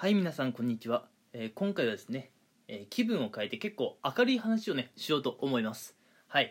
はい、皆さんこんにちは。今回はですね、気分を変えて結構明るい話をねしようと思います。はい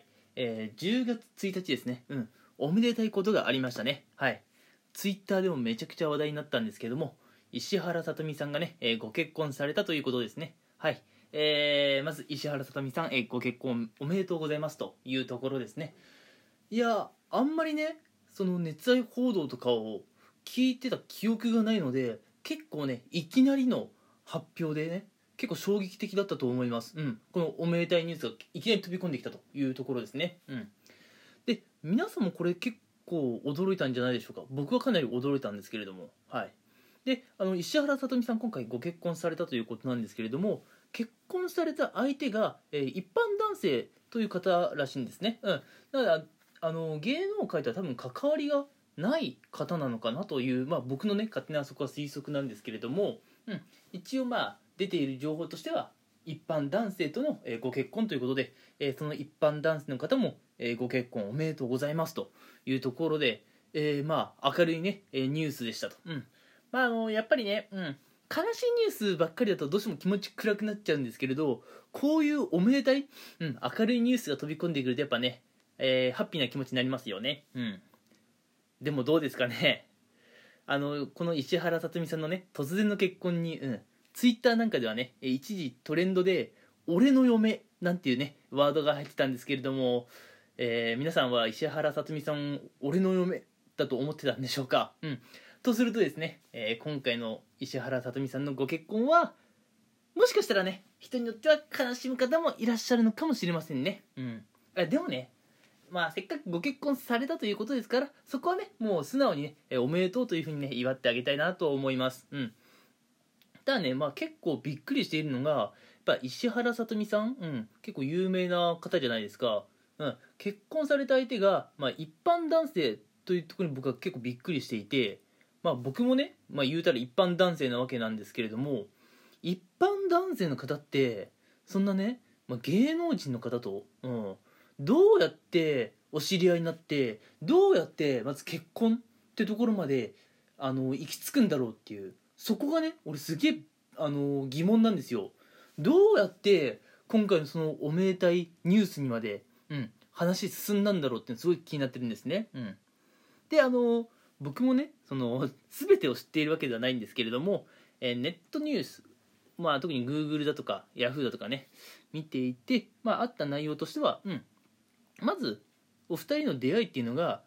、10月1日ですね。おめでたいことがありましたね。はい、ツイッターでもめちゃくちゃ話題になったんですけども、石原さとみさんがね、ご結婚されたということですね。はい、まず石原さとみさん、ご結婚おめでとうございますというところですね。いや、あんまりねその熱愛報道とかを聞いてた記憶がないので、結構ねいきなりの発表でね結構衝撃的だったと思います。このおめでたいニュースがいきなり飛び込んできたというところですね。で、皆さんもこれ結構驚いたんじゃないでしょうか。僕はかなり驚いたんですけれども、はい。で、石原さとみさん今回ご結婚されたということなんですけれども、結婚された相手が、一般男性という方らしいんですね。だから芸能界とは多分関わりがない方なのかなという、僕のね勝手なそこは推測なんですけれども、一応出ている情報としては一般男性との、ご結婚ということで、その一般男性の方も、ご結婚おめでとうございますというところで、明るいね、ニュースでしたと。やっぱりね、悲しいニュースばっかりだとどうしても気持ち暗くなっちゃうんですけれど、こういうおめでたい、明るいニュースが飛び込んでくるとやっぱね、ハッピーな気持ちになりますよね。でもどうですかね。この石原さとみさんのね突然の結婚に、ツイッターなんかではね一時トレンドで俺の嫁なんていうねワードが入ってたんですけれども、皆さんは石原さとみさん俺の嫁だと思ってたんでしょうか。とするとですね、今回の石原さとみさんのご結婚はもしかしたらね人によっては悲しむ方もいらっしゃるのかもしれませんね。でもね、せっかくご結婚されたということですから、そこはねもう素直にねおめでとうというふうにね祝ってあげたいなと思います。ただね、結構びっくりしているのがやっぱ石原さとみさん、結構有名な方じゃないですか。結婚された相手が、一般男性というところに僕は結構びっくりしていて、僕もね、言うたら一般男性なわけなんですけれども、一般男性の方ってそんなね、芸能人の方と、どうやってお知り合いになってどうやってまず結婚ってところまで行き着くんだろうっていう、そこがね俺すげえ疑問なんですよ。どうやって今回のそのおめでたいニュースにまで、話進んだんだろうっていうのすごい気になってるんですね。で僕もねその全てを知っているわけではないんですけれども、ネットニュース、特に Google だとか Yahoo だとかね見ていて、あった内容としては、まずお二人の出会いっていうのが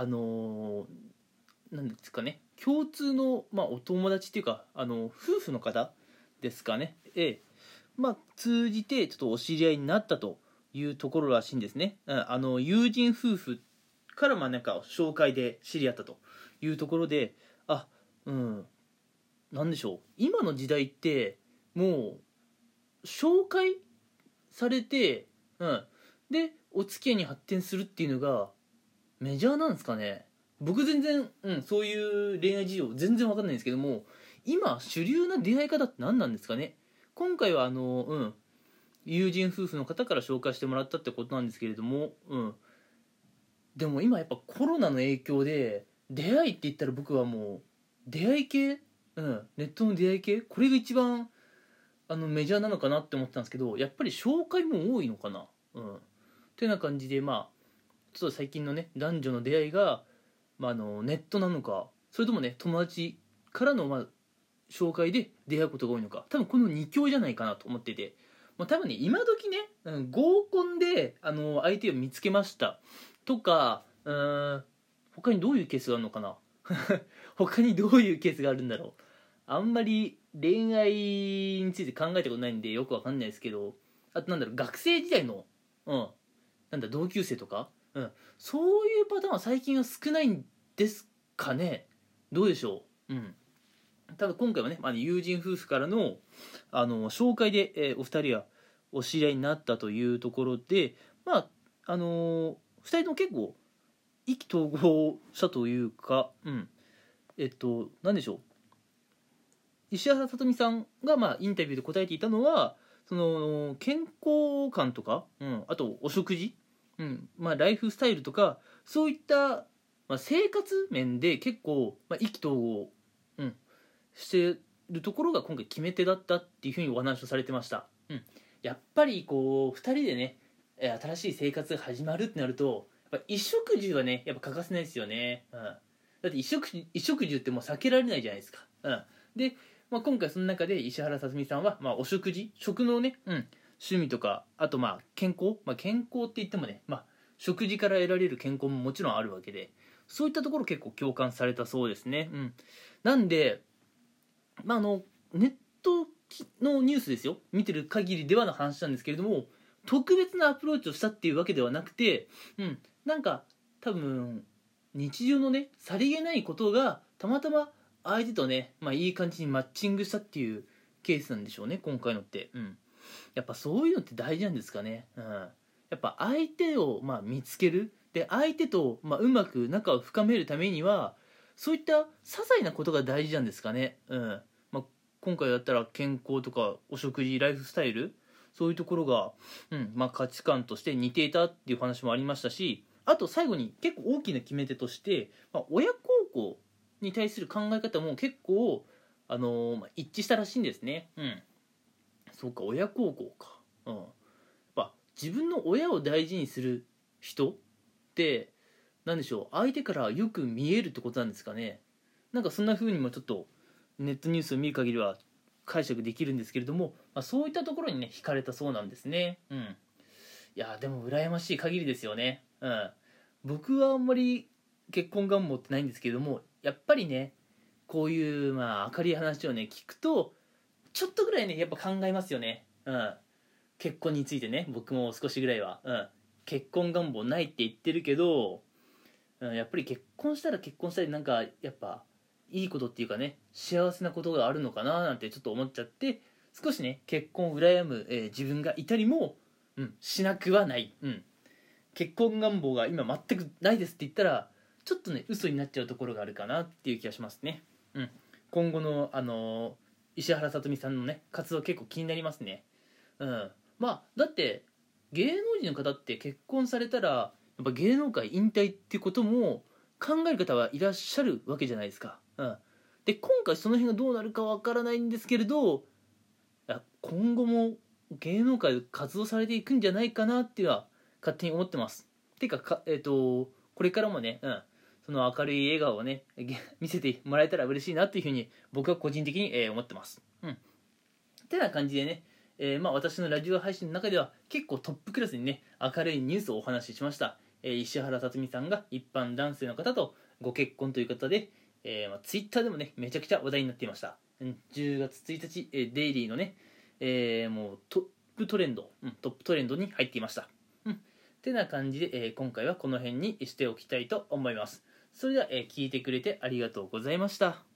なんですかね、共通の、お友達っていうか夫婦の方ですかね、通じてちょっとお知り合いになったというところらしいんですね。友人夫婦からなんか紹介で知り合ったというところで、なんでしょう、今の時代ってもう紹介されて、でお付き合いに発展するっていうのがメジャーなんですかね。僕全然、そういう恋愛事情全然わかんないんですけども、今主流な出会い方って何なんですかね。今回は友人夫婦の方から紹介してもらったってことなんですけれども、でも今やっぱコロナの影響で出会いって言ったら僕はもう出会い系、ネットの出会い系、これが一番メジャーなのかなって思ってたんですけど、やっぱり紹介も多いのかな。っていうような感じで、ちょっと最近のね男女の出会いが、ネットなのか、それともね友達からの、紹介で出会うことが多いのか、多分この2強じゃないかなと思ってて、多分ね今時ね、合コンで相手を見つけましたとか、他にどういうケースがあるのかな他にどういうケースがあるんだろう。あんまり恋愛について考えたことないんでよくわかんないですけど、あと学生時代の、同級生とか、そういうパターンは最近は少ないんですかね。どうでしょう。ただ今回はね、友人夫婦からの紹介で、お二人はお知り合いになったというところで、二人とも結構意気投合したというか、なんでしょう、石原さとみさんがインタビューで答えていたのは、その健康観とか、あとお食事、ライフスタイルとかそういった、生活面で結構、意気投合、してるところが今回決め手だったっていうふうにお話をされてました。やっぱりこう2人でね新しい生活が始まるってなるとやっぱ衣食住はねやっぱ欠かせないですよね。だって衣食住ってもう避けられないじゃないですか。で、今回その中で石原さとみさんは、お食事食のね、趣味とかあと健康、健康って言ってもね、食事から得られる健康ももちろんあるわけで、そういったところ結構共感されたそうですね。なんで、ネットのニュースですよ、見てる限りではの話なんですけれども、特別なアプローチをしたっていうわけではなくて、なんか多分日常のねさりげないことがたまたま相手とね、いい感じにマッチングしたっていうケースなんでしょうね、今回のって。やっぱそういうのって大事なんですかね。やっぱ相手を見つける、で相手とうまく仲を深めるためにはそういった些細なことが大事なんですかね。今回だったら健康とかお食事ライフスタイル、そういうところが、価値観として似ていたっていう話もありましたし、あと最後に結構大きな決め手として、親孝行に対する考え方も結構、一致したらしいんですね。そうか、親孝行か。自分の親を大事にする人って何でしょう、相手からよく見えるってことなんですかね。なんかそんな風にもちょっとネットニュースを見る限りは解釈できるんですけれども、そういったところにね惹かれたそうなんですね。いやでも羨ましい限りですよね。僕はあんまり結婚願望ってないんですけれども、やっぱりねこういう明るい話をね聞くとちょっとぐらいねやっぱ考えますよね。結婚についてね、僕も少しぐらいは、結婚願望ないって言ってるけど、やっぱり結婚したら結婚したりなんかやっぱいいことっていうかね幸せなことがあるのかななんてちょっと思っちゃって、少しね結婚を羨む、自分がいたりも、しなくはない。結婚願望が今全くないですって言ったらちょっとね嘘になっちゃうところがあるかなっていう気がしますね。今後の石原さとみさんのね活動結構気になりますね。だって芸能人の方って結婚されたらやっぱ芸能界引退っていうことも考える方はいらっしゃるわけじゃないですか。で今回その辺がどうなるかわからないんですけれど、今後も芸能界で活動されていくんじゃないかなっていうのは勝手に思ってます。てかこれからもね、その明るい笑顔をね見せてもらえたら嬉しいなっていうふうに僕は個人的に、思ってます。てな感じでね、私のラジオ配信の中では結構トップクラスにね明るいニュースをお話ししました。石原さとみさんが一般男性の方とご結婚という方で、ツイッターでもねめちゃくちゃ話題になっていました。10月1日、デイリーのね、もうトップトレンドに入っていました。てな感じで、今回はこの辺にしておきたいと思います。それでは、聞いてくれてありがとうございました。